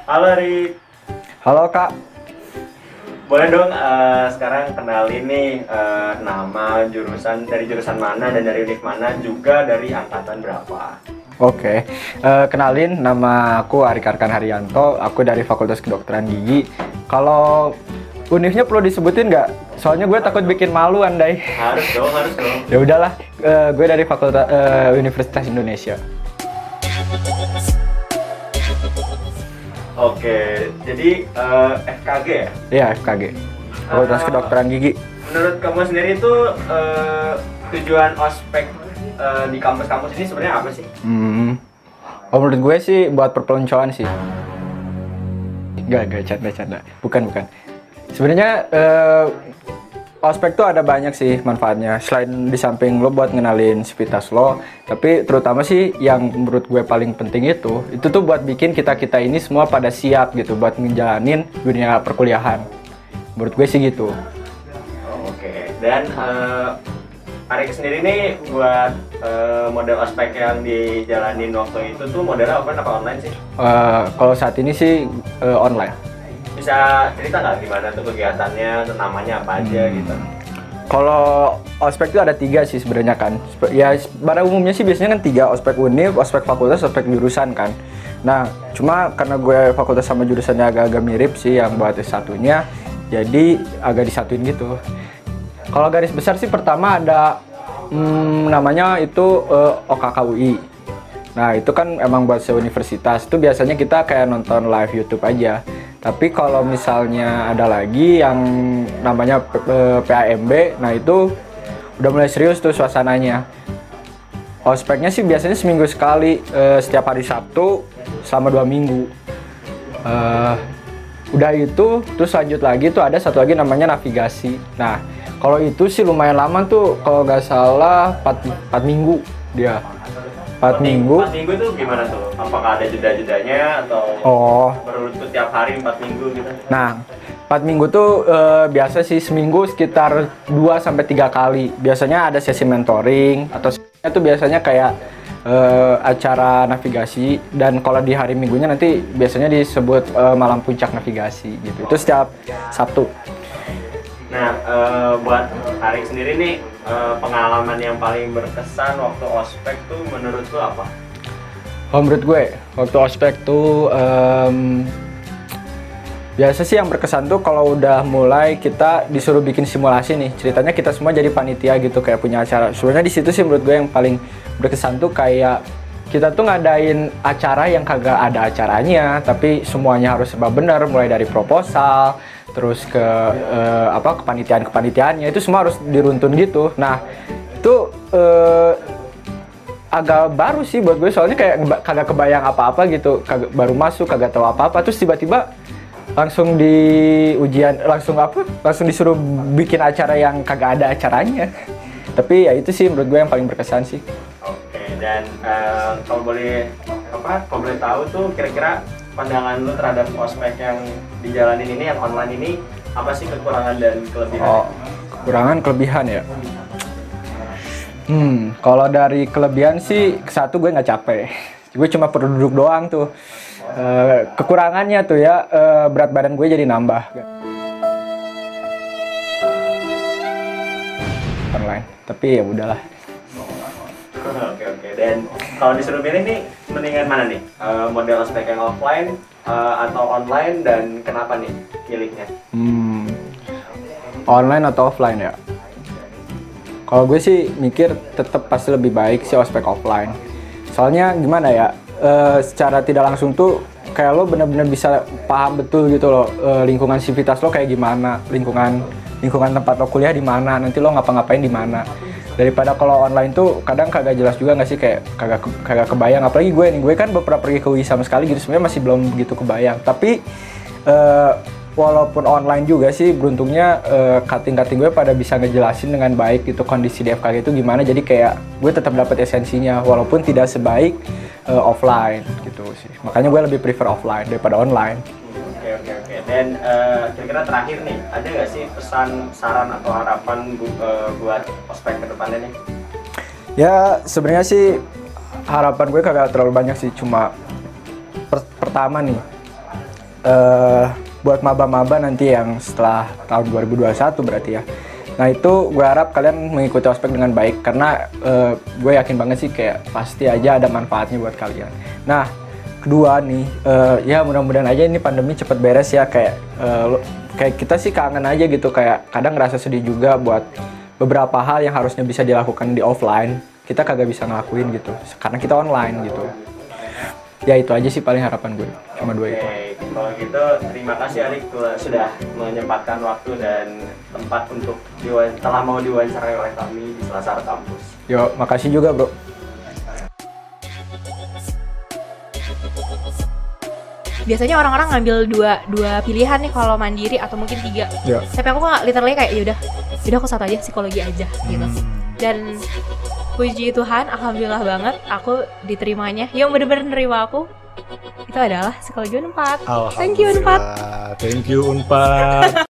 Halo Rik, Halo Kak. boleh dong sekarang kenalin nih nama jurusan dari jurusan mana dan dari univ mana juga dari angkatan berapa? Oke, kenalin nama aku Arik Arkan Haryanto. Aku dari Fakultas Kedokteran Gigi. Kalau univnya perlu disebutin nggak? Soalnya gue takut bikin malu andai. Harus dong, harus dong. Ya udahlah, gue dari Fakultas Universitas Indonesia. Oke, jadi FKG ya? Iya, FKG. Fakultas Kedokteran Gigi. Menurut kamu sendiri itu tujuan ospek di kampus-kampus ini sebenarnya apa sih? Oh, menurut gue sih buat perpeloncoan sih. Gak, canda. Bukan. Sebenarnya ospek tuh ada banyak sih manfaatnya. Selain di samping lo buat ngenalin sivitas lo, tapi terutama sih yang menurut gue paling penting itu tuh buat bikin kita ini semua pada siap gitu buat ngejalanin dunia perkuliahan. Menurut gue sih gitu. Oke, dan Arik sendiri nih buat model ospek yang dijalanin waktu itu tuh modelnya offline apa online sih? Kalau saat ini sih online. Bisa cerita nggak gimana tuh kegiatannya, namanya apa aja gitu? Kalau ospek itu ada 3 sih sebenarnya kan. Ya pada umumnya sih biasanya kan 3, ospek univ, ospek fakultas, ospek jurusan kan. Nah, cuma karena gue fakultas sama jurusannya agak-agak mirip sih yang buat S1-nya, jadi agak disatuin gitu. Kalau garis besar sih pertama ada namanya itu OKKUI. Nah, itu kan emang buat seuniversitas. Itu biasanya kita kayak nonton live YouTube aja. Tapi kalau misalnya ada lagi yang namanya PAMB, nah itu udah mulai serius tuh suasananya. Ospeknya sih biasanya seminggu sekali, setiap hari Sabtu selama 2 minggu. Udah itu, terus lanjut lagi tuh ada satu lagi namanya navigasi. Nah, kalau itu sih lumayan lama tuh, kalau nggak salah 4 minggu dia. 4 minggu. 4 minggu tuh gimana tuh? Apakah ada jeda-jedanya atau berurut tiap hari 4 minggu gitu? Nah, 4 minggu tuh biasa sih seminggu sekitar 2-3 kali. Biasanya ada sesi mentoring atau itu biasanya kayak acara navigasi, dan kalau di hari minggunya nanti biasanya disebut malam puncak navigasi gitu. Itu setiap Sabtu. Nah, buat Arik sendiri nih pengalaman yang paling berkesan waktu ospek tuh menurut lu apa? Oh, menurut gue waktu ospek tuh biasa sih yang berkesan tuh kalau udah mulai kita disuruh bikin simulasi nih. Ceritanya kita semua jadi panitia gitu, kayak punya acara. Sebenarnya di situ sih menurut gue yang paling berkesan tuh kayak kita tuh ngadain acara yang kagak ada acaranya, tapi semuanya harus serba benar, mulai dari proposal terus ke kepanitiaannya itu semua harus diruntun gitu. Nah, itu agak baru sih buat gue, soalnya kayak kagak kebayang apa-apa gitu, kagak, baru masuk kagak tahu apa-apa, terus tiba-tiba langsung di ujian langsung disuruh bikin acara yang kagak ada acaranya. Tapi ya itu sih menurut gue yang paling berkesan sih. Oke, dan kalau boleh tahu tuh kira-kira pandangan lu terhadap ospek yang dijalanin ini, yang online ini, apa sih kekurangan dan kelebihan? Oh, kekurangan kelebihan ya. Kalau dari kelebihan sih, satu gue nggak capek. Gue cuma perlu duduk doang tuh. Kekurangannya tuh ya, berat badan gue jadi nambah. Online, tapi ya udahlah. Oke. Dan kalau disuruh pilih nih, mendingan mana nih? Model ospek yang offline atau online, dan kenapa nih pilihnya? Online atau offline ya? Kalau gue sih mikir tetap pasti lebih baik sih ospek offline. Soalnya gimana ya? Secara tidak langsung tuh kayak lo bener-bener bisa paham betul gitu loh, lingkungan sivitas lo kayak gimana, lingkungan tempat lo kuliah di mana, nanti lo ngapa-ngapain di mana. Daripada kalau online tuh kadang kagak jelas juga nggak sih, kayak kagak kebayang. Apalagi gue kan beberapa pergi ke UI sama sekali gitu, sebenarnya masih belum begitu kebayang. Tapi walaupun online juga sih, beruntungnya cutting gue pada bisa ngejelasin dengan baik gitu kondisi di FKG itu gimana. Jadi kayak gue tetap dapat esensinya walaupun tidak sebaik offline gitu sih. Makanya gue lebih prefer offline daripada online. Oke. Dan kira-kira terakhir nih, ada nggak sih pesan, saran atau harapan buat ospek ke depannya nih? Ya sebenarnya sih harapan gue kagak terlalu banyak sih, cuma pertama nih, buat maba-maba nanti yang setelah tahun 2021 berarti ya. Nah itu gue harap kalian mengikuti ospek dengan baik karena gue yakin banget sih kayak pasti aja ada manfaatnya buat kalian. Nah kedua nih, ya mudah-mudahan aja ini pandemi cepet beres ya, kayak kita sih kangen aja gitu, kayak kadang ngerasa sedih juga buat beberapa hal yang harusnya bisa dilakukan di offline, kita kagak bisa ngelakuin gitu karena kita online gitu. Ya itu aja sih paling harapan gue, cuma dua itu. Kalau gitu terima kasih Arik sudah menyempatkan waktu dan tempat untuk telah mau diwawancarai oleh kami di Selasar Kampus. Yo, makasih juga bro. Biasanya orang-orang ngambil dua pilihan nih kalau mandiri atau mungkin 3. Ya. Tapi aku nggak, literally kayak yaudah aku satu aja, psikologi aja gitu. Dan puji Tuhan, alhamdulillah banget aku diterimanya. Yang bener-bener nerima aku itu adalah psikologi Unpad. Thank you Unpad. Thank you Unpad.